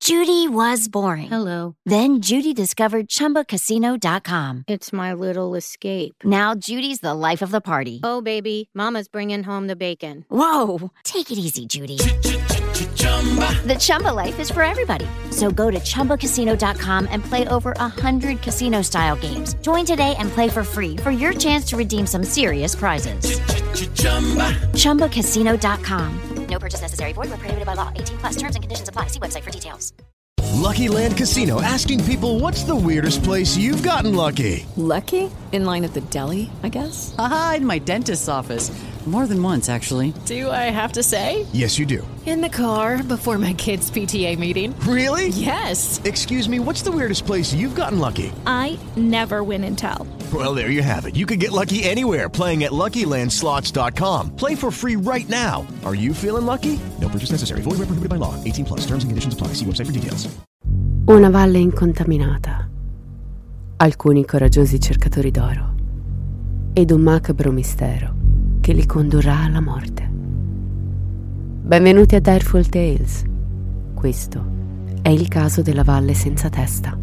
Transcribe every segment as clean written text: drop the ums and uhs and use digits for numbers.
Judy was boring. Hello. Then Judy discovered ChumbaCasino.com. It's my little escape. Now Judy's the life of the party. Oh, baby, mama's bringing home the bacon. Whoa, take it easy, Judy. The Chumba life is for everybody. So go to ChumbaCasino.com and play over 100 casino-style games. Join today and play for free for your chance to redeem some serious prizes. ChumbaCasino.com. No purchase necessary. Void where prohibited by law. 18 plus terms and conditions apply. See website for details. Lucky Land Casino, asking people, what's the weirdest place you've gotten lucky? Lucky? In line at the deli, I guess? Aha, in my dentist's office. More than once, actually. Do I have to say? Yes, you do. In the car before my kids' PTA meeting. Really? Yes. Excuse me, what's the weirdest place you've gotten lucky? I never win and tell. Well, there you have it. You can get lucky anywhere, playing at LuckyLandSlots.com. Play for free right now. Are you feeling lucky? No purchase necessary. Void where prohibited by law. 18 plus. Terms and conditions apply. See website for details. Una valle incontaminata. Alcuni coraggiosi cercatori d'oro. Ed un macabro mistero che li condurrà alla morte. Benvenuti a Direful Tales. Questo è il caso della Valle Senza Testa.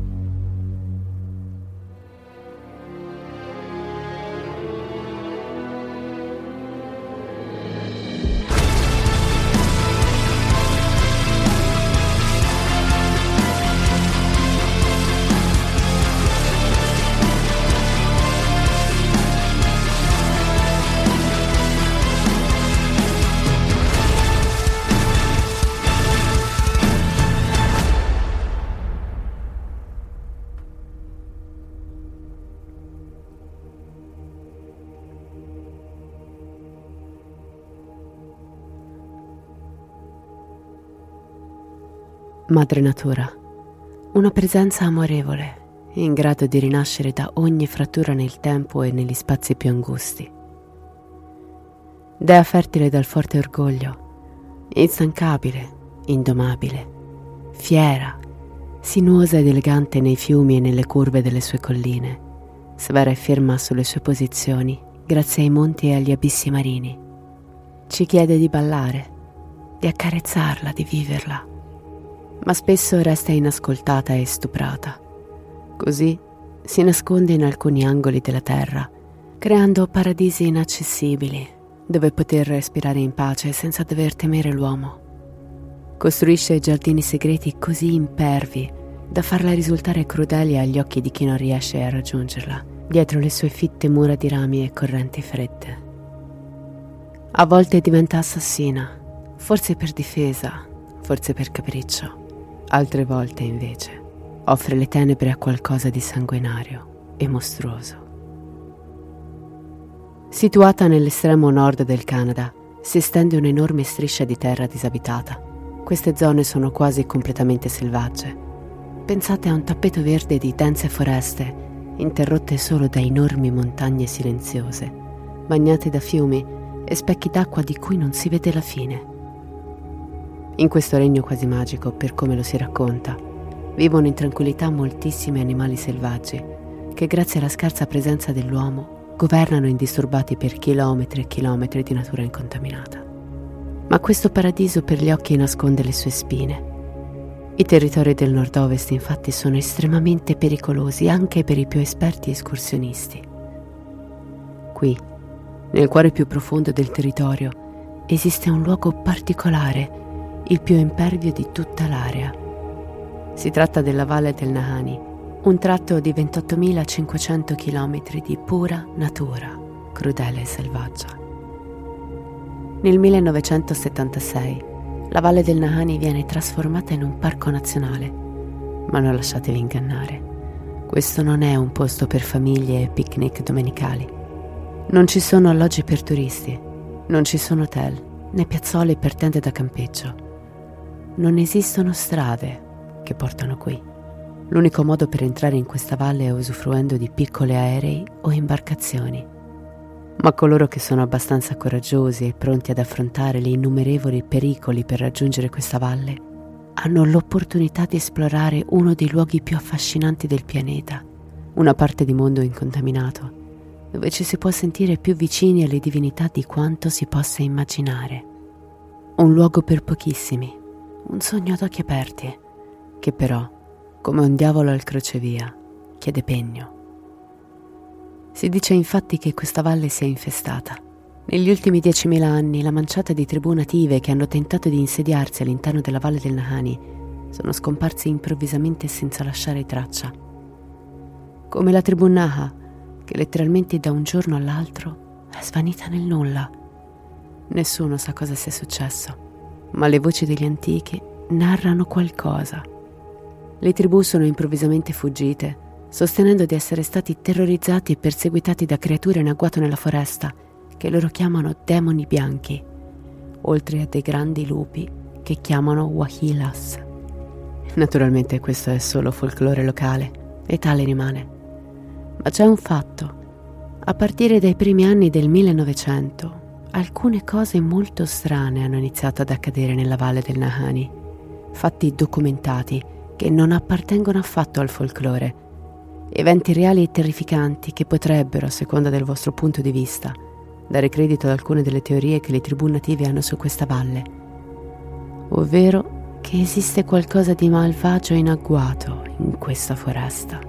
Madre Natura, una presenza amorevole, in grado di rinascere da ogni frattura nel tempo e negli spazi più angusti. Dea fertile dal forte orgoglio, instancabile, indomabile, fiera, sinuosa ed elegante nei fiumi e nelle curve delle sue colline, severa e ferma sulle sue posizioni, grazie ai monti e agli abissi marini. Ci chiede di ballare, di accarezzarla, di viverla, ma spesso resta inascoltata e stuprata. Così si nasconde in alcuni angoli della terra, creando paradisi inaccessibili, dove poter respirare in pace senza dover temere l'uomo. Costruisce giardini segreti così impervi da farla risultare crudele agli occhi di chi non riesce a raggiungerla, dietro le sue fitte mura di rami e correnti fredde. A volte diventa assassina, forse per difesa, forse per capriccio. Altre volte, invece, offre le tenebre a qualcosa di sanguinario e mostruoso. Situata nell'estremo nord del Canada, si estende un'enorme striscia di terra disabitata. Queste zone sono quasi completamente selvagge. Pensate a un tappeto verde di dense foreste, interrotte solo da enormi montagne silenziose, bagnate da fiumi e specchi d'acqua di cui non si vede la fine. In questo regno quasi magico, per come lo si racconta, vivono in tranquillità moltissimi animali selvaggi che, grazie alla scarsa presenza dell'uomo, governano indisturbati per chilometri e chilometri di natura incontaminata. Ma questo paradiso per gli occhi nasconde le sue spine. I territori del nord-ovest, infatti, sono estremamente pericolosi anche per i più esperti escursionisti. Qui, nel cuore più profondo del territorio, esiste un luogo particolare, il più impervio di tutta l'area. Si tratta della Valle del Nahanni, un tratto di 28.500 km di pura natura, crudele e selvaggia. Nel 1976 la Valle del Nahanni viene trasformata in un parco nazionale, ma non lasciatevi ingannare. Questo non è un posto per famiglie e picnic domenicali. Non ci sono alloggi per turisti, non ci sono hotel, né piazzole per tende da campeggio. Non esistono strade che portano qui. L'unico modo per entrare in questa valle è usufruendo di piccoli aerei o imbarcazioni. Ma coloro che sono abbastanza coraggiosi e pronti ad affrontare gli innumerevoli pericoli per raggiungere questa valle hanno l'opportunità di esplorare uno dei luoghi più affascinanti del pianeta, una parte di mondo incontaminato, dove ci si può sentire più vicini alle divinità di quanto si possa immaginare. Un luogo per pochissimi, un sogno ad occhi aperti, che però, come un diavolo al crocevia, chiede pegno. Si dice infatti che questa valle sia infestata. Negli ultimi 10.000 anni la manciata di tribù native che hanno tentato di insediarsi all'interno della valle del Nahanni sono scomparsi improvvisamente senza lasciare traccia. Come la tribù Naha, che letteralmente da un giorno all'altro è svanita nel nulla. Nessuno sa cosa sia successo, ma le voci degli antichi narrano qualcosa. Le tribù sono improvvisamente fuggite, sostenendo di essere stati terrorizzati e perseguitati da creature in agguato nella foresta, che loro chiamano demoni bianchi, oltre a dei grandi lupi che chiamano wahilas. Naturalmente questo è solo folklore locale, e tale rimane. Ma c'è un fatto. A partire dai primi anni del 1900, alcune cose molto strane hanno iniziato ad accadere nella valle del Nahanni, fatti documentati che non appartengono affatto al folklore, eventi reali e terrificanti che potrebbero, a seconda del vostro punto di vista, dare credito ad alcune delle teorie che le tribù native hanno su questa valle, ovvero che esiste qualcosa di malvagio in agguato in questa foresta.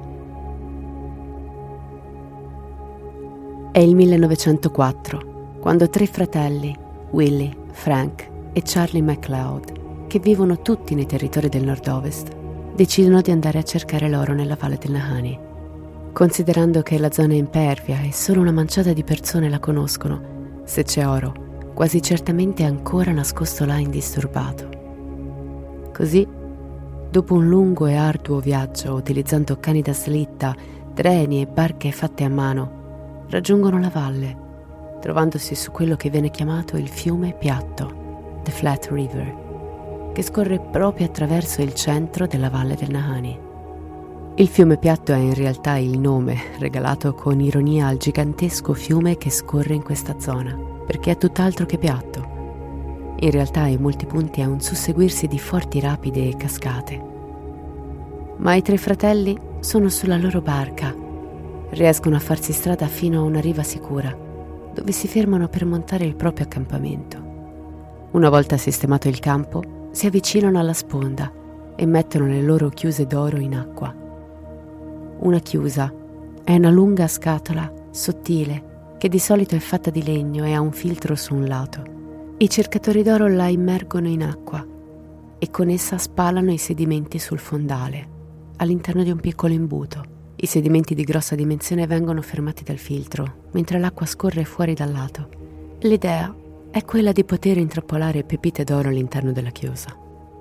È il 1904, quando 3 fratelli, Willie, Frank e Charlie MacLeod, che vivono tutti nei territori del nord-ovest, decidono di andare a cercare l'oro nella valle del Nahanni. Considerando che la zona è impervia e solo una manciata di persone la conoscono, se c'è oro, quasi certamente è ancora nascosto là indisturbato. Così, dopo un lungo e arduo viaggio utilizzando cani da slitta, treni e barche fatte a mano, raggiungono la valle, trovandosi su quello che viene chiamato il fiume piatto, The Flat River, che scorre proprio attraverso il centro della valle del Nahanni. Il fiume piatto è in realtà il nome regalato con ironia al gigantesco fiume che scorre in questa zona, perché è tutt'altro che piatto. In realtà in molti punti è un susseguirsi di forti rapide e cascate. Ma i 3 fratelli sono sulla loro barca. Riescono a farsi strada fino a una riva sicura, dove si fermano per montare il proprio accampamento. Una volta sistemato il campo, si avvicinano alla sponda e mettono le loro chiuse d'oro in acqua. Una chiusa è una lunga scatola sottile che di solito è fatta di legno e ha un filtro su un lato. I cercatori d'oro la immergono in acqua e con essa spalano i sedimenti sul fondale, all'interno di un piccolo imbuto. I sedimenti di grossa dimensione vengono fermati dal filtro, mentre l'acqua scorre fuori dal lato. L'idea è quella di poter intrappolare pepite d'oro all'interno della chiusa.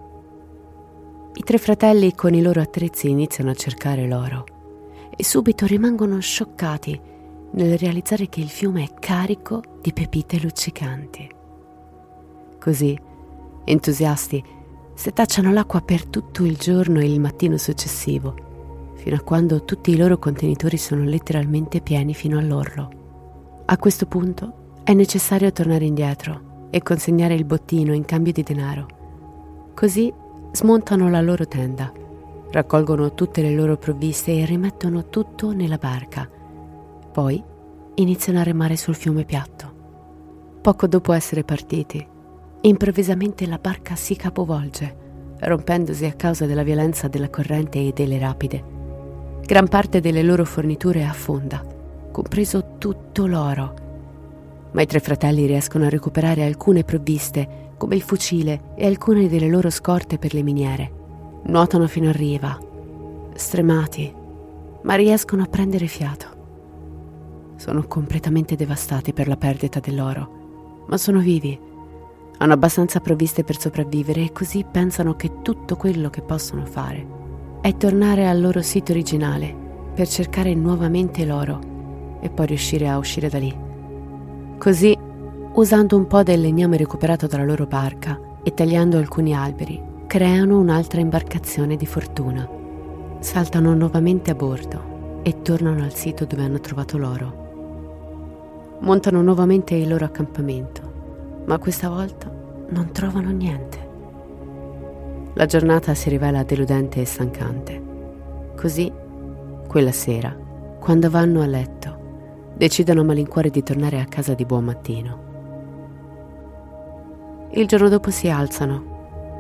I 3 fratelli con i loro attrezzi iniziano a cercare l'oro e subito rimangono scioccati nel realizzare che il fiume è carico di pepite luccicanti. Così, entusiasti, setacciano l'acqua per tutto il giorno e il mattino successivo, fino a quando tutti i loro contenitori sono letteralmente pieni fino all'orlo. A questo punto è necessario tornare indietro e consegnare il bottino in cambio di denaro. Così smontano la loro tenda, raccolgono tutte le loro provviste e rimettono tutto nella barca. Poi iniziano a remare sul fiume piatto. Poco dopo essere partiti, improvvisamente la barca si capovolge, rompendosi a causa della violenza della corrente e delle rapide. Gran parte delle loro forniture affonda, compreso tutto l'oro. Ma i 3 fratelli riescono a recuperare alcune provviste, come il fucile e alcune delle loro scorte per le miniere. Nuotano fino a riva, stremati, ma riescono a prendere fiato. Sono completamente devastati per la perdita dell'oro, ma sono vivi. Hanno abbastanza provviste per sopravvivere e così pensano che tutto quello che possono fare è tornare al loro sito originale per cercare nuovamente l'oro e poi riuscire a uscire da lì. Così, usando un po' del legname recuperato dalla loro barca e tagliando alcuni alberi, creano un'altra imbarcazione di fortuna. Saltano nuovamente a bordo e tornano al sito dove hanno trovato l'oro. Montano nuovamente il loro accampamento, ma questa volta non trovano niente. La giornata si rivela deludente e stancante. Così, quella sera, quando vanno a letto, decidono a malincuore di tornare a casa di buon mattino. Il giorno dopo si alzano,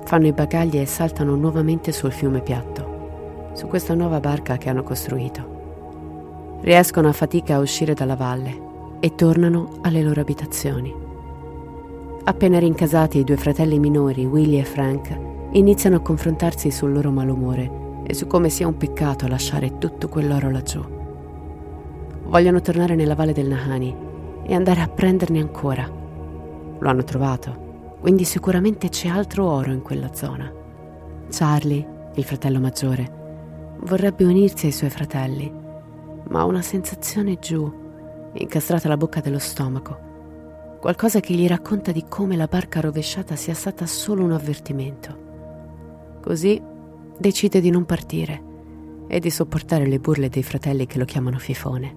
fanno i bagagli e saltano nuovamente sul fiume piatto, su questa nuova barca che hanno costruito. Riescono a fatica a uscire dalla valle e tornano alle loro abitazioni. Appena rincasati, i due fratelli minori, Willie e Frank, iniziano a confrontarsi sul loro malumore e su come sia un peccato lasciare tutto quell'oro laggiù. Vogliono tornare nella valle del Nahanni e andare a prenderne ancora. Lo hanno trovato, quindi sicuramente c'è altro oro in quella zona. Charlie, il fratello maggiore, vorrebbe unirsi ai suoi fratelli, ma ha una sensazione giù, incastrata alla bocca dello stomaco. Qualcosa che gli racconta di come la barca rovesciata sia stata solo un avvertimento. Così decide di non partire e di sopportare le burle dei fratelli che lo chiamano fifone.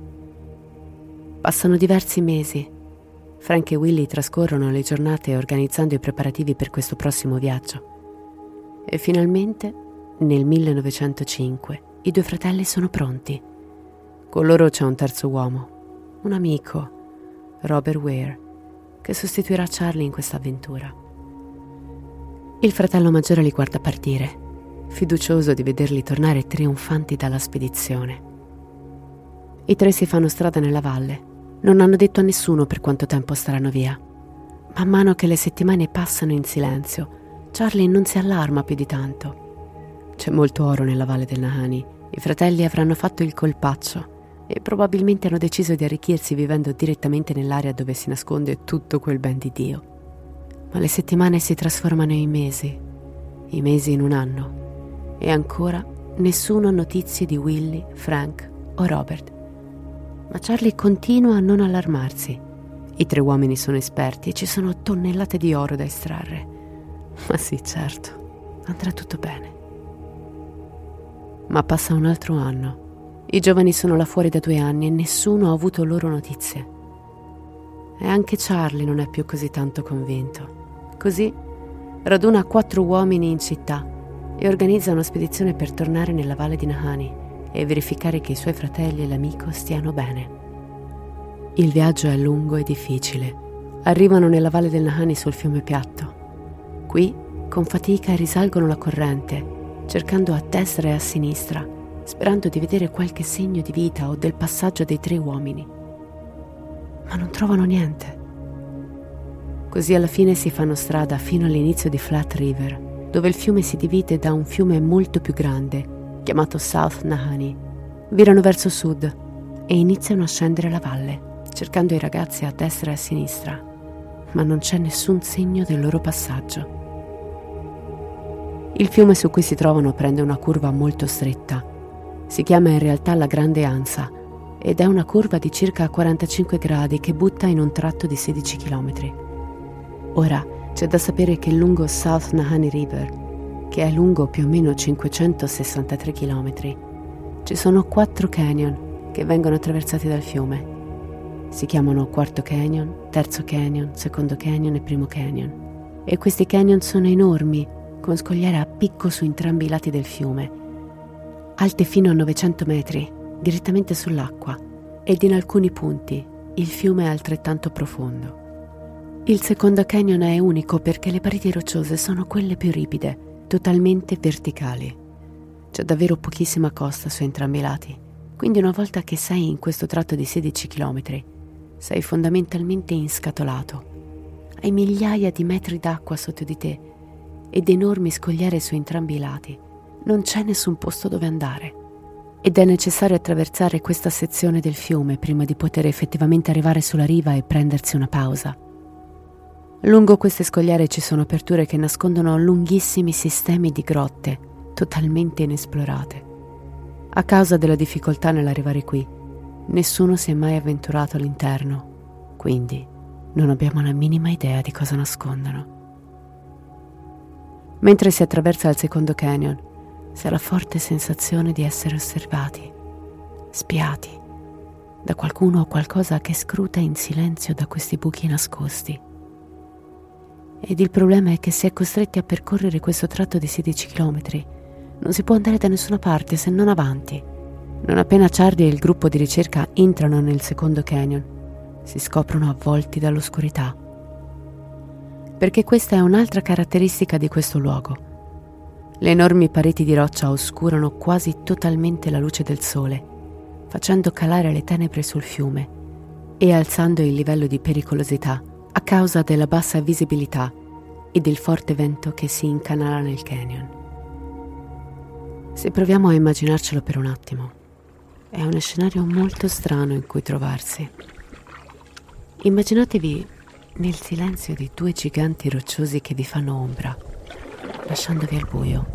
Passano diversi mesi. Frank e Willie trascorrono le giornate organizzando i preparativi per questo prossimo viaggio. E finalmente, nel 1905, i due fratelli sono pronti. Con loro c'è un terzo uomo, un amico, Robert Ware, che sostituirà Charlie in questa avventura. Il fratello maggiore li guarda partire, fiducioso di vederli tornare trionfanti dalla spedizione. I tre si fanno strada nella valle. Non hanno detto a nessuno per quanto tempo staranno via. Man mano che le settimane passano in silenzio, Charlie non si allarma più di tanto. C'è molto oro nella valle del Nahanni. I fratelli avranno fatto il colpaccio e probabilmente hanno deciso di arricchirsi vivendo direttamente nell'area dove si nasconde tutto quel ben di Dio. Ma le settimane si trasformano in mesi, i mesi in un anno, e ancora nessuno ha notizie di Willie, Frank o Robert. Ma Charlie continua a non allarmarsi. I tre uomini sono esperti e ci sono tonnellate di oro da estrarre. Ma sì, certo, andrà tutto bene. Ma passa un altro anno. I giovani sono là fuori da 2 anni e nessuno ha avuto loro notizie. E anche Charlie non è più così tanto convinto. Così raduna 4 uomini in città e organizza una spedizione per tornare nella valle di Nahanni e verificare che i suoi fratelli e l'amico stiano bene. Il viaggio è lungo e difficile. Arrivano nella valle del Nahanni sul fiume piatto. Qui, con fatica, risalgono la corrente, cercando a destra e a sinistra, sperando di vedere qualche segno di vita o del passaggio dei 3 uomini. Ma non trovano niente. Così alla fine si fanno strada fino all'inizio di Flat River, dove il fiume si divide da un fiume molto più grande, chiamato South Nahanni. Virano verso sud e iniziano a scendere la valle, cercando i ragazzi a destra e a sinistra, ma non c'è nessun segno del loro passaggio. Il fiume su cui si trovano prende una curva molto stretta. Si chiama in realtà la Grande Ansa ed è una curva di circa 45 gradi che butta in un tratto di 16 km. Ora, c'è da sapere che lungo South Nahanni River, che è lungo più o meno 563 km, ci sono 4 canyon che vengono attraversati dal fiume. Si chiamano Quarto Canyon, Terzo Canyon, Secondo Canyon e Primo Canyon. E questi canyon sono enormi, con scogliere a picco su entrambi i lati del fiume, alte fino a 900 metri, direttamente sull'acqua, ed in alcuni punti il fiume è altrettanto profondo. Il Secondo Canyon è unico perché le pareti rocciose sono quelle più ripide, totalmente verticali. C'è davvero pochissima costa su entrambi i lati, quindi una volta che sei in questo tratto di 16 km, sei fondamentalmente inscatolato. Hai migliaia di metri d'acqua sotto di te ed enormi scogliere su entrambi i lati. Non c'è nessun posto dove andare. Ed è necessario attraversare questa sezione del fiume prima di poter effettivamente arrivare sulla riva e prendersi una pausa. Lungo queste scogliere ci sono aperture che nascondono lunghissimi sistemi di grotte, totalmente inesplorate. A causa della difficoltà nell'arrivare qui, nessuno si è mai avventurato all'interno, quindi non abbiamo la minima idea di cosa nascondano. Mentre si attraversa il Secondo Canyon, si ha la forte sensazione di essere osservati, spiati, da qualcuno o qualcosa che scruta in silenzio da questi buchi nascosti. Ed il problema è che si è costretti a percorrere questo tratto di 16 km. Non si può andare da nessuna parte se non avanti. Non appena Charlie e il gruppo di ricerca entrano nel Secondo Canyon, si scoprono avvolti dall'oscurità. perché questa è un'altra caratteristica di questo luogo. Le enormi pareti di roccia oscurano quasi totalmente la luce del sole, facendo calare le tenebre sul fiume e alzando il livello di pericolosità a causa della bassa visibilità e del forte vento che si incanala nel canyon. Se proviamo a immaginarcelo per un attimo, è uno scenario molto strano in cui trovarsi. Immaginatevi nel silenzio di due giganti rocciosi che vi fanno ombra, lasciandovi al buio.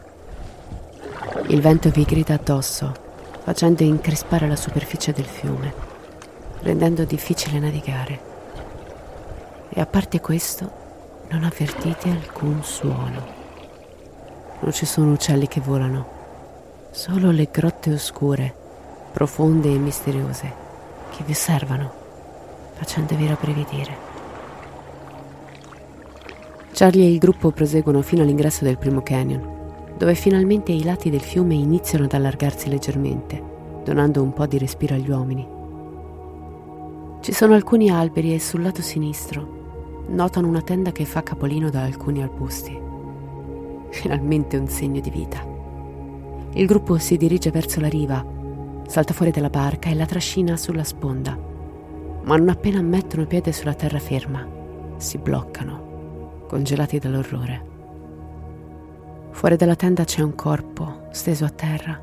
Il vento vi grida addosso, facendo increspare la superficie del fiume, rendendo difficile navigare. E a parte questo, non avvertite alcun suono. Non ci sono uccelli che volano, solo le grotte oscure, profonde e misteriose, che vi osservano, facendovi rabbrividire. Charlie e il gruppo proseguono fino all'ingresso del primo canyon, dove finalmente i lati del fiume iniziano ad allargarsi leggermente, donando un po' di respiro agli uomini. Ci sono alcuni alberi e sul lato sinistro notano una tenda che fa capolino da alcuni arbusti. Finalmente un segno di vita. Il gruppo si dirige verso la riva, salta fuori dalla barca e la trascina sulla sponda, ma non appena mettono piede sulla terraferma, si bloccano, congelati dall'orrore. Fuori dalla tenda c'è un corpo steso a terra.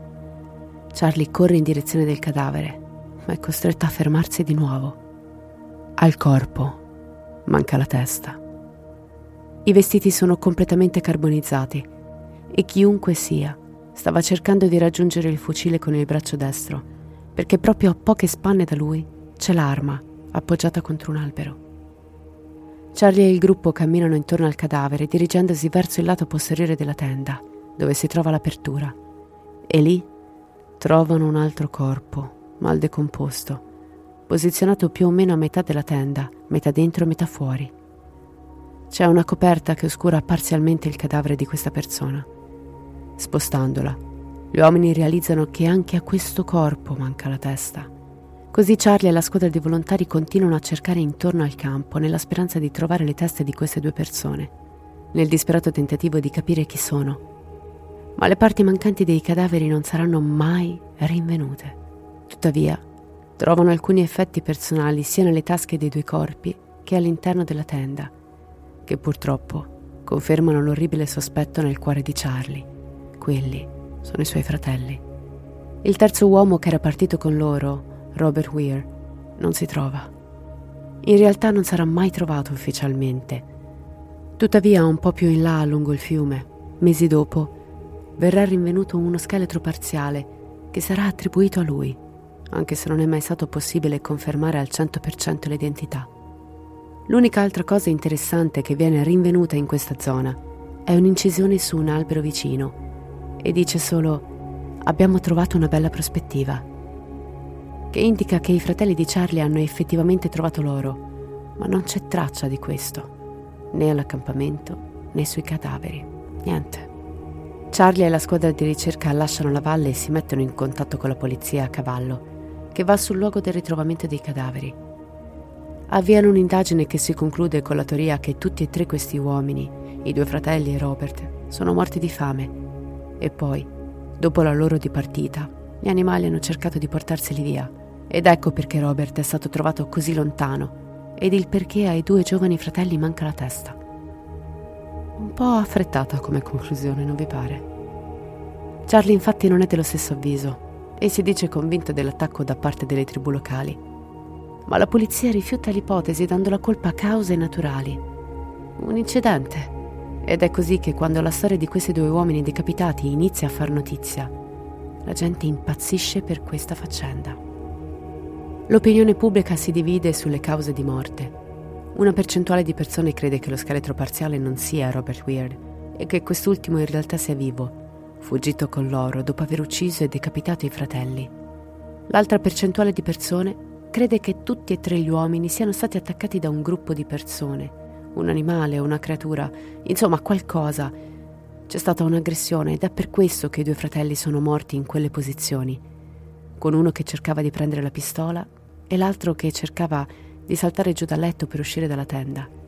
Charlie corre in direzione del cadavere, ma è costretto a fermarsi di nuovo. Al corpo manca la testa. I vestiti sono completamente carbonizzati e chiunque sia stava cercando di raggiungere il fucile con il braccio destro, perché proprio a poche spanne da lui c'è l'arma appoggiata contro un albero. Charlie e il gruppo camminano intorno al cadavere, dirigendosi verso il lato posteriore della tenda, dove si trova l'apertura. E lì trovano un altro corpo, mal decomposto, posizionato più o meno a metà della tenda, metà dentro e metà fuori. C'è una coperta che oscura parzialmente il cadavere di questa persona. Spostandola, gli uomini realizzano che anche a questo corpo manca la testa. Così Charlie e la squadra di volontari continuano a cercare intorno al campo nella speranza di trovare le teste di queste due persone, nel disperato tentativo di capire chi sono. Ma le parti mancanti dei cadaveri non saranno mai rinvenute. Tuttavia, trovano alcuni effetti personali sia nelle tasche dei due corpi che all'interno della tenda, che purtroppo confermano l'orribile sospetto nel cuore di Charlie. Quelli sono i suoi fratelli. Il terzo uomo che era partito con loro, Robert Weir, non si trova. In realtà non sarà mai trovato ufficialmente. Tuttavia, un po' più in là, lungo il fiume, mesi dopo, verrà rinvenuto uno scheletro parziale che sarà attribuito a lui, anche se non è mai stato possibile confermare al 100% l'identità. L'unica altra cosa interessante che viene rinvenuta in questa zona è un'incisione su un albero vicino e dice solo «Abbiamo trovato una bella prospettiva», che indica che i fratelli di Charlie hanno effettivamente trovato l'oro, ma non c'è traccia di questo, né all'accampamento né sui cadaveri, niente. Charlie e la squadra di ricerca lasciano la valle e si mettono in contatto con la polizia a cavallo, che va sul luogo del ritrovamento dei cadaveri. Avviano un'indagine che si conclude con la teoria che tutti e tre questi uomini, i due fratelli e Robert, sono morti di fame, e poi, dopo la loro dipartita, gli animali hanno cercato di portarseli via. Ed ecco perché Robert è stato trovato così lontano ed il perché ai due giovani fratelli manca la testa. Un po' affrettata come conclusione, non vi pare? Charlie infatti non è dello stesso avviso e si dice convinto dell'attacco da parte delle tribù locali. Ma la polizia rifiuta l'ipotesi dando la colpa a cause naturali. Un incidente. Ed è così che quando la storia di questi due uomini decapitati inizia a far notizia, la gente impazzisce per questa faccenda. L'opinione pubblica si divide sulle cause di morte. Una percentuale di persone crede che lo scheletro parziale non sia Robert Weir e che quest'ultimo in realtà sia vivo, fuggito con loro dopo aver ucciso e decapitato i fratelli. L'altra percentuale di persone crede che tutti e tre gli uomini siano stati attaccati da un gruppo di persone, un animale o una creatura, insomma qualcosa. C'è stata un'aggressione ed è per questo che i due fratelli sono morti in quelle posizioni, con uno che cercava di prendere la pistola e l'altro che cercava di saltare giù dal letto per uscire dalla tenda.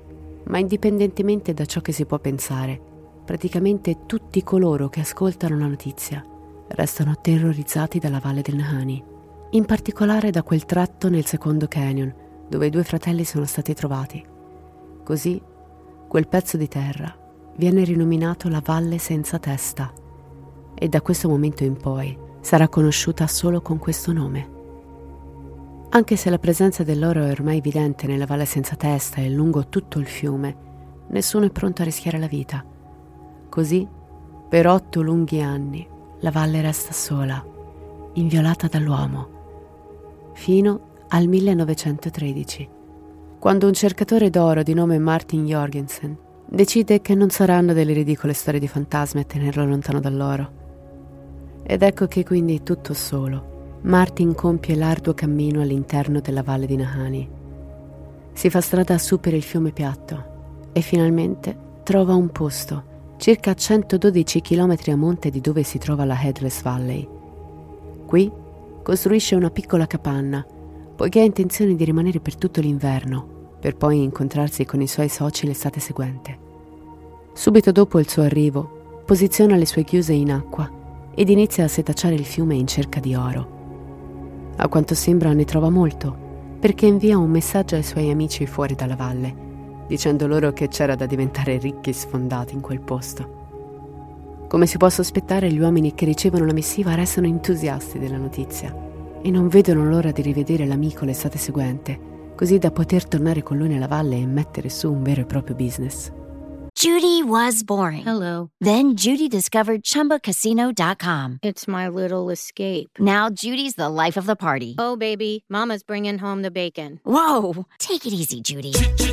Ma indipendentemente da ciò che si può pensare, praticamente tutti coloro che ascoltano la notizia restano terrorizzati dalla Valle del Nahanni, in particolare da quel tratto nel secondo canyon dove i 2 fratelli sono stati trovati. Così, quel pezzo di terra viene rinominato la Valle Senza Testa e da questo momento in poi sarà conosciuta solo con questo nome. Anche se la presenza dell'oro è ormai evidente nella Valle Senza Testa e lungo tutto il fiume, nessuno è pronto a rischiare la vita. Così, per 8 lunghi anni, la valle resta sola, inviolata dall'uomo, fino al 1913, quando un cercatore d'oro di nome Martin Jorgensen decide che non saranno delle ridicole storie di fantasmi a tenerlo lontano dall'oro. Ed ecco che quindi, tutto solo, Martin compie l'arduo cammino all'interno della Valle di Nahanni. Si fa strada su per il fiume piatto e finalmente trova un posto circa 112 km a monte di dove si trova la Headless Valley. Qui costruisce una piccola capanna, poiché ha intenzione di rimanere per tutto l'inverno, per poi incontrarsi con i suoi soci l'estate seguente. Subito dopo il suo arrivo, posiziona le sue chiuse in acqua ed inizia a setacciare il fiume in cerca di oro. A quanto sembra ne trova molto, perché invia un messaggio ai suoi amici fuori dalla valle, dicendo loro che c'era da diventare ricchi sfondati in quel posto. Come si può sospettare, gli uomini che ricevono la missiva restano entusiasti della notizia e non vedono l'ora di rivedere l'amico l'estate seguente, così da poter tornare con lui nella valle e mettere su un vero e proprio business. Judy was boring. Hello. Then Judy discovered ChumbaCasino.com. It's my little escape. Now Judy's the life of the party. Oh, baby, mama's bringing home the bacon. Whoa, take it easy, Judy.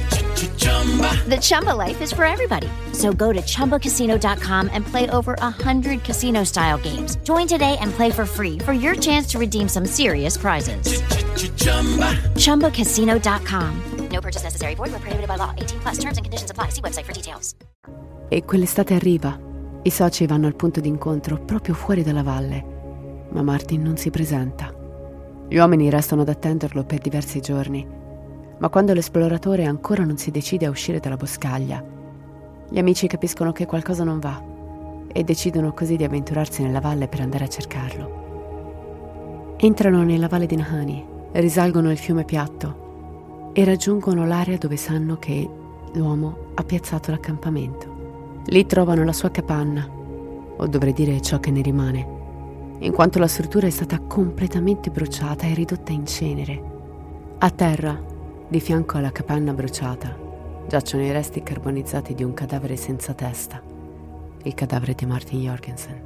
The Chumba life is for everybody. So go to ChumbaCasino.com and play over 100 casino-style games. Join today and play for free for your chance to redeem some serious prizes. ChumbaCasino.com. No purchase necessary. Void where prohibited by law. 18+. Terms and conditions apply. See website for details. E quell'estate arriva. I soci vanno al punto d'incontro proprio fuori dalla valle, ma Martin non si presenta. Gli uomini restano ad attenderlo per diversi giorni, ma quando l'esploratore ancora non si decide a uscire dalla boscaglia, gli amici capiscono che qualcosa non va e decidono così di avventurarsi nella valle per andare a cercarlo. Entrano nella Valle di Nahanni, risalgono il fiume piatto e raggiungono l'area dove sanno che l'uomo ha piazzato l'accampamento. Lì trovano la sua capanna, o dovrei dire ciò che ne rimane, in quanto la struttura è stata completamente bruciata e ridotta in cenere. A terra, di fianco alla capanna bruciata, giacciono i resti carbonizzati di un cadavere senza testa, il cadavere di Martin Jorgensen.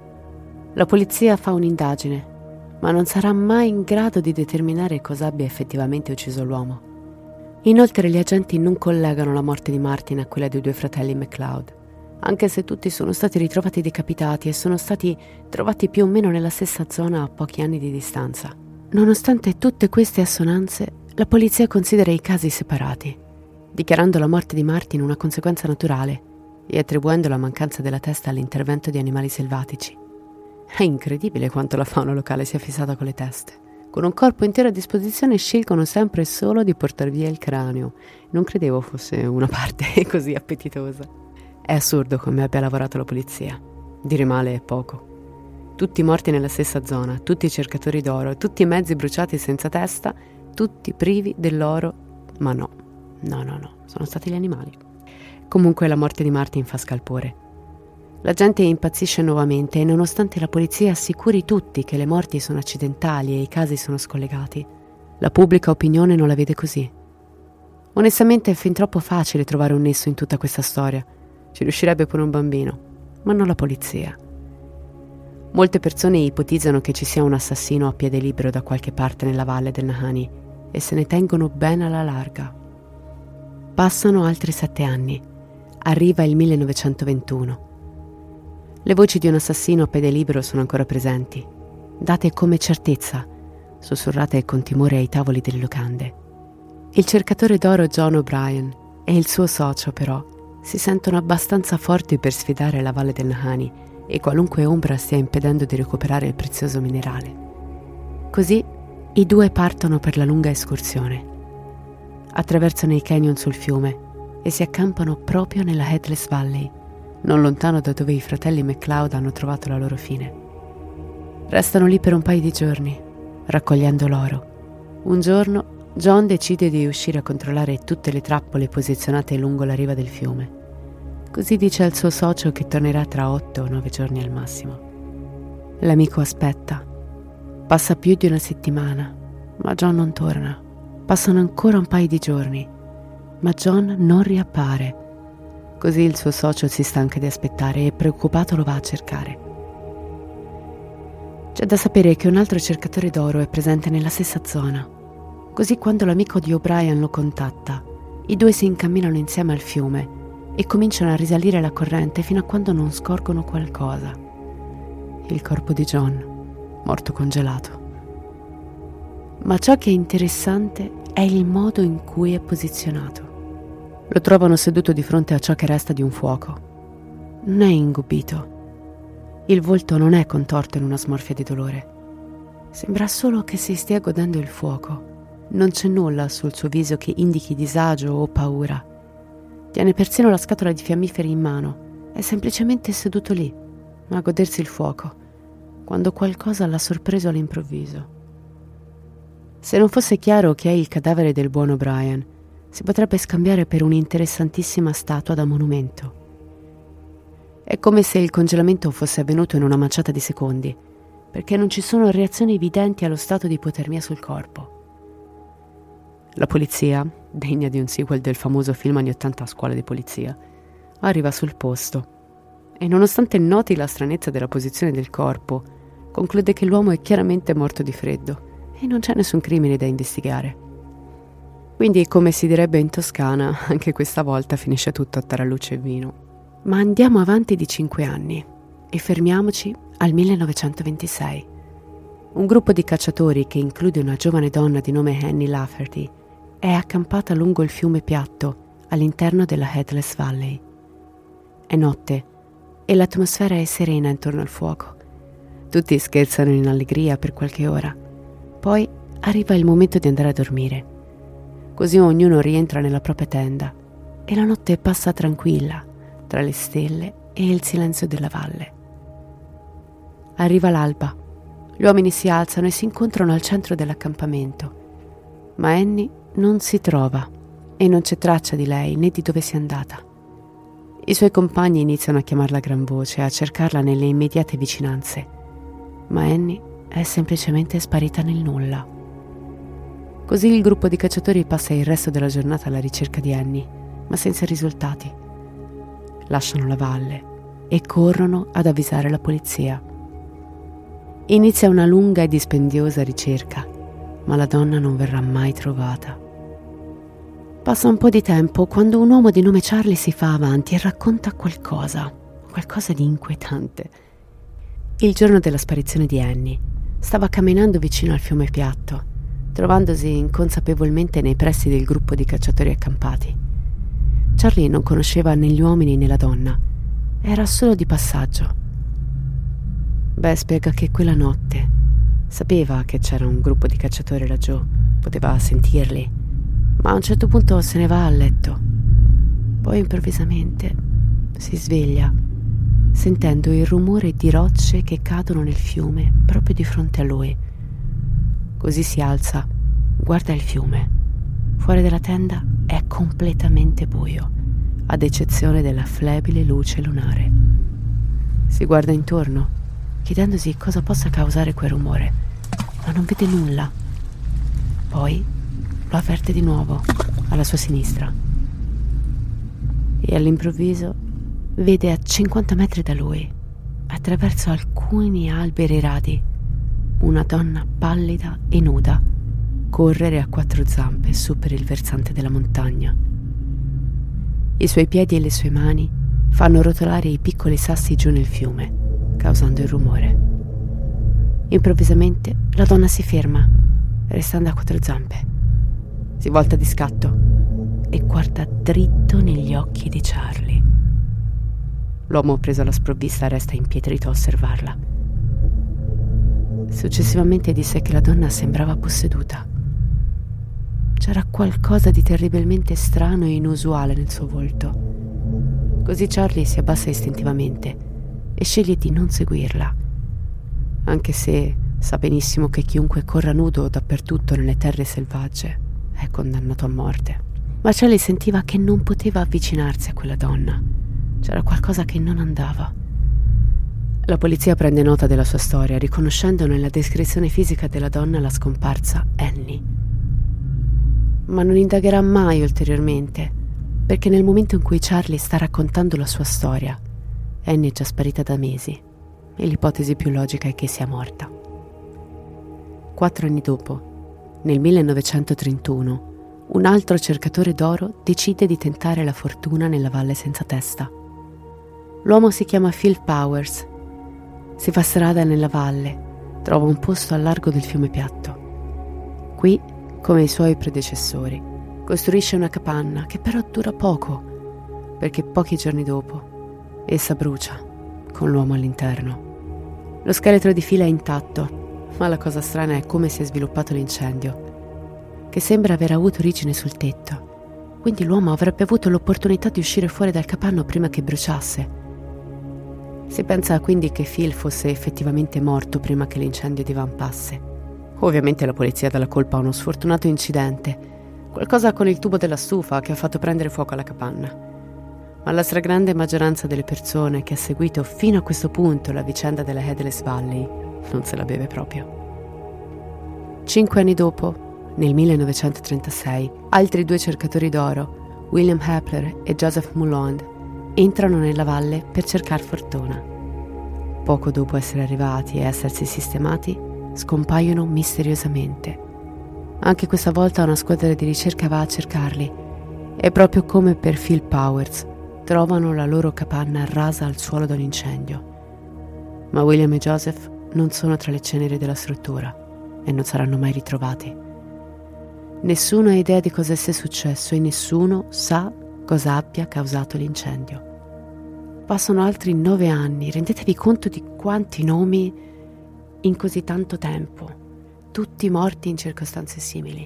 La polizia fa un'indagine, ma non sarà mai in grado di determinare cosa abbia effettivamente ucciso l'uomo. Inoltre gli agenti non collegano la morte di Martin a quella dei 2 fratelli McLeod, anche se tutti sono stati ritrovati decapitati e sono stati trovati più o meno nella stessa zona a pochi anni di distanza. Nonostante tutte queste assonanze, la polizia considera i casi separati, dichiarando la morte di Martin una conseguenza naturale e attribuendo la mancanza della testa all'intervento di animali selvatici. È incredibile quanto la fauna locale sia fissata con le teste. Con un corpo intero a disposizione scelgono sempre e solo di portar via il cranio. Non credevo fosse una parte così appetitosa. È assurdo come abbia lavorato la polizia. Dire male è poco. Tutti morti nella stessa zona, tutti cercatori d'oro, tutti mezzi bruciati senza testa, tutti privi dell'oro. Ma no, sono stati gli animali. Comunque la morte di Martin fa scalpore. La gente impazzisce nuovamente e nonostante la polizia assicuri tutti che le morti sono accidentali e i casi sono scollegati, la pubblica opinione non la vede così. Onestamente è fin troppo facile trovare un nesso in tutta questa storia. Ci riuscirebbe pure un bambino, ma non la polizia. Molte persone ipotizzano che ci sia un assassino a piede libero da qualche parte nella valle del Nahanni e se ne tengono ben alla larga. Passano altri 7 anni. Arriva il 1921. Le voci di un assassino a piede libero sono ancora presenti, date come certezza, sussurrate con timore ai tavoli delle locande. Il cercatore d'oro John O'Brien e il suo socio, però, si sentono abbastanza forti per sfidare la Valle del Nahanni e qualunque ombra stia impedendo di recuperare il prezioso minerale. Così i 2 partono per la lunga escursione. Attraversano i canyon sul fiume, e si accampano proprio nella Headless Valley, non lontano da dove i fratelli McCloud hanno trovato la loro fine. Restano lì per un paio di giorni, raccogliendo l'oro. Un giorno John decide di uscire a controllare tutte le trappole posizionate lungo la riva del fiume. Così dice al suo socio che tornerà tra 8 o 9 giorni al massimo. L'amico aspetta. Passa più di una settimana, ma John non torna. Passano ancora un paio di giorni, ma John non riappare. Così il suo socio si stanca di aspettare e preoccupato lo va a cercare. C'è da sapere che un altro cercatore d'oro è presente nella stessa zona. Così quando l'amico di O'Brien lo contatta, i due si incamminano insieme al fiume e cominciano a risalire la corrente fino a quando non scorgono qualcosa. Il corpo di John, morto congelato. Ma ciò che è interessante è il modo in cui è posizionato. Lo trovano seduto di fronte a ciò che resta di un fuoco. Non è ingobbito. Il volto non è contorto in una smorfia di dolore. Sembra solo che si stia godendo il fuoco. Non c'è nulla sul suo viso che indichi disagio o paura. Tiene persino la scatola di fiammiferi in mano. È semplicemente seduto lì, a godersi il fuoco, quando qualcosa l'ha sorpreso all'improvviso. Se non fosse chiaro che è il cadavere del buon O'Brien, si potrebbe scambiare per un'interessantissima statua da monumento. È come se il congelamento fosse avvenuto in una manciata di secondi, perché non ci sono reazioni evidenti allo stato di ipotermia sul corpo. La polizia, degna di un sequel del famoso film anni 80 a Scuola di polizia, arriva sul posto e, nonostante noti la stranezza della posizione del corpo, conclude che l'uomo è chiaramente morto di freddo e non c'è nessun crimine da investigare. Quindi, come si direbbe in Toscana, anche questa volta finisce tutto a tarallucce e vino. Ma andiamo avanti di 5 anni e fermiamoci al 1926. Un gruppo di cacciatori, che include una giovane donna di nome Annie Lafferty, è accampata lungo il fiume piatto all'interno della Headless Valley. È notte e l'atmosfera è serena intorno al fuoco. Tutti scherzano in allegria per qualche ora. Poi arriva il momento di andare a dormire. Così ognuno rientra nella propria tenda e la notte passa tranquilla tra le stelle e il silenzio della valle. Arriva l'alba. Gli uomini si alzano e si incontrano al centro dell'accampamento. Ma Annie non si trova e non c'è traccia di lei né di dove sia andata. I suoi compagni iniziano a chiamarla a gran voce, a cercarla nelle immediate vicinanze. Ma Annie è semplicemente sparita nel nulla. Così il gruppo di cacciatori passa il resto della giornata alla ricerca di Annie, ma senza risultati. Lasciano la valle e corrono ad avvisare la polizia. Inizia una lunga e dispendiosa ricerca, ma la donna non verrà mai trovata. Passa un po' di tempo quando un uomo di nome Charlie si fa avanti e racconta qualcosa di inquietante. Il giorno della sparizione di Annie stava camminando vicino al fiume piatto, trovandosi inconsapevolmente nei pressi del gruppo di cacciatori accampati. Charlie non conosceva né gli uomini né la donna, era solo di passaggio. Beh, spiega che quella notte sapeva che c'era un gruppo di cacciatori laggiù, poteva sentirli, ma a un certo punto se ne va a letto. Poi improvvisamente si sveglia, sentendo il rumore di rocce che cadono nel fiume proprio di fronte a lui. Così si alza, guarda il fiume. Fuori dalla tenda è completamente buio, ad eccezione della flebile luce lunare. Si guarda intorno, chiedendosi cosa possa causare quel rumore, ma non vede nulla. Poi lo avverte di nuovo alla sua sinistra e all'improvviso vede a 50 metri da lui, attraverso alcuni alberi radi, una donna pallida e nuda correre a 4 zampe su per il versante della montagna. I suoi piedi e le sue mani fanno rotolare i piccoli sassi giù nel fiume, causando il rumore. Improvvisamente la donna si ferma, restando a 4 zampe. Si volta di scatto e guarda dritto negli occhi di Charlie. L'uomo, preso alla sprovvista, resta impietrito a osservarla. Successivamente disse che la donna sembrava posseduta. c'era qualcosa di terribilmente strano e inusuale nel suo volto. Così Charlie si abbassa istintivamente e sceglie di non seguirla, anche se sa benissimo che chiunque corra nudo dappertutto nelle terre selvagge è condannato a morte. Ma Charlie sentiva che non poteva avvicinarsi a quella donna. C'era qualcosa che non andava. La polizia prende nota della sua storia, riconoscendo nella descrizione fisica della donna la scomparsa Annie. Ma non indagherà mai ulteriormente, perché nel momento in cui Charlie sta raccontando la sua storia, Annie è già sparita da mesi e l'ipotesi più logica è che sia morta. 4 anni dopo, nel 1931, un altro cercatore d'oro decide di tentare la fortuna nella Valle Senza Testa. L'uomo si chiama Phil Powers. Si fa strada nella valle, trova un posto al largo del fiume Piatto. Qui, come i suoi predecessori, costruisce una capanna che però dura poco, perché pochi giorni dopo essa brucia, con l'uomo all'interno. Lo scheletro di Phil è intatto, ma la cosa strana è come si è sviluppato l'incendio, che sembra aver avuto origine sul tetto. Quindi l'uomo avrebbe avuto l'opportunità di uscire fuori dal capanno prima che bruciasse. Si pensa quindi che Phil fosse effettivamente morto prima che l'incendio divampasse. Ovviamente la polizia dà la colpa a uno sfortunato incidente, qualcosa con il tubo della stufa che ha fatto prendere fuoco alla capanna. Ma la stragrande maggioranza delle persone che ha seguito fino a questo punto la vicenda della Headless Valley non se la beve proprio. 5 anni dopo, nel 1936, altri 2 cercatori d'oro, William Hepler e Joseph Mulholland, entrano nella valle per cercare fortuna. Poco dopo essere arrivati e essersi sistemati, scompaiono misteriosamente. Anche questa volta una squadra di ricerca va a cercarli e proprio come per Phil Powers trovano la loro capanna rasa al suolo da un incendio. Ma William e Joseph non sono tra le ceneri della struttura e non saranno mai ritrovati. Nessuno ha idea di cosa sia successo e nessuno sa cosa abbia causato l'incendio. Passano altri 9 anni, rendetevi conto di quanti nomi in così tanto tempo, tutti morti in circostanze simili.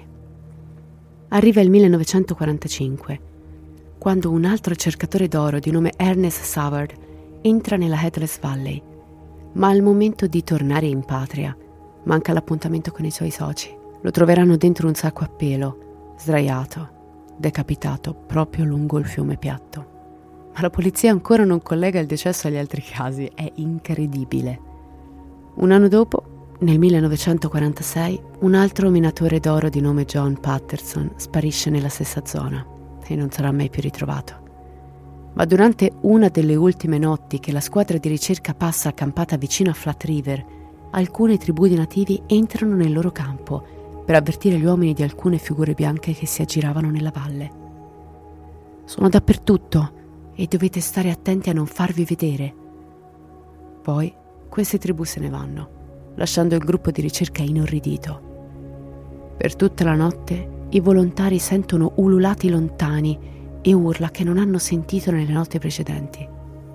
Arriva il 1945, quando un altro cercatore d'oro di nome Ernest Savard entra nella Headless Valley, ma al momento di tornare in patria manca l'appuntamento con i suoi soci. Lo troveranno dentro un sacco a pelo, sdraiato, decapitato proprio lungo il fiume Piatto. Ma la polizia ancora non collega il decesso agli altri casi, è incredibile. Un anno dopo, nel 1946, un altro minatore d'oro di nome John Patterson sparisce nella stessa zona e non sarà mai più ritrovato. Ma durante una delle ultime notti che la squadra di ricerca passa accampata vicino a Flat River, alcune tribù di nativi entrano nel loro campo per avvertire gli uomini di alcune figure bianche che si aggiravano nella valle. Sono dappertutto e dovete stare attenti a non farvi vedere. Poi queste tribù se ne vanno, lasciando il gruppo di ricerca inorridito. Per tutta la notte i volontari sentono ululati lontani e urla che non hanno sentito nelle notti precedenti.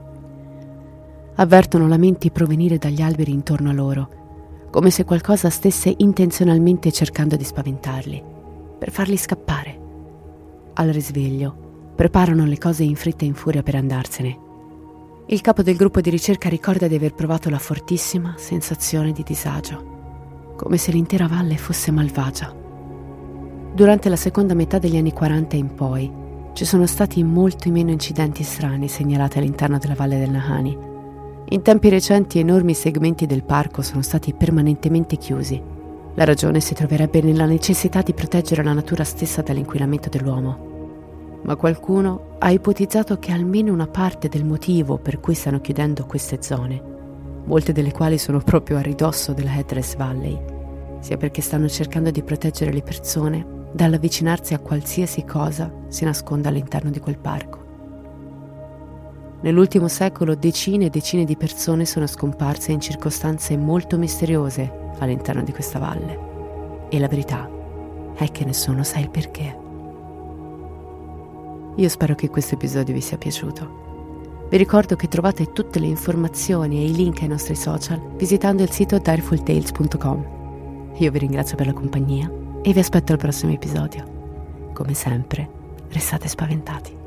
Avvertono lamenti provenire dagli alberi intorno a loro, come se qualcosa stesse intenzionalmente cercando di spaventarli, per farli scappare. Al risveglio, preparano le cose in fretta e in furia per andarsene. Il capo del gruppo di ricerca ricorda di aver provato la fortissima sensazione di disagio, come se l'intera valle fosse malvagia. Durante la seconda metà degli anni 40 in poi, ci sono stati molti meno incidenti strani segnalati all'interno della Valle del Nahanni. In tempi recenti enormi segmenti del parco sono stati permanentemente chiusi. La ragione si troverebbe nella necessità di proteggere la natura stessa dall'inquinamento dell'uomo. Ma qualcuno ha ipotizzato che almeno una parte del motivo per cui stanno chiudendo queste zone, molte delle quali sono proprio a ridosso della Headless Valley, sia perché stanno cercando di proteggere le persone dall'avvicinarsi a qualsiasi cosa si nasconda all'interno di quel parco. Nell'ultimo secolo decine e decine di persone sono scomparse in circostanze molto misteriose all'interno di questa valle. E la verità è che nessuno sa il perché. Io spero che questo episodio vi sia piaciuto. Vi ricordo che trovate tutte le informazioni e i link ai nostri social visitando il sito direfultales.com. Io vi ringrazio per la compagnia e vi aspetto al prossimo episodio. come sempre, restate spaventati.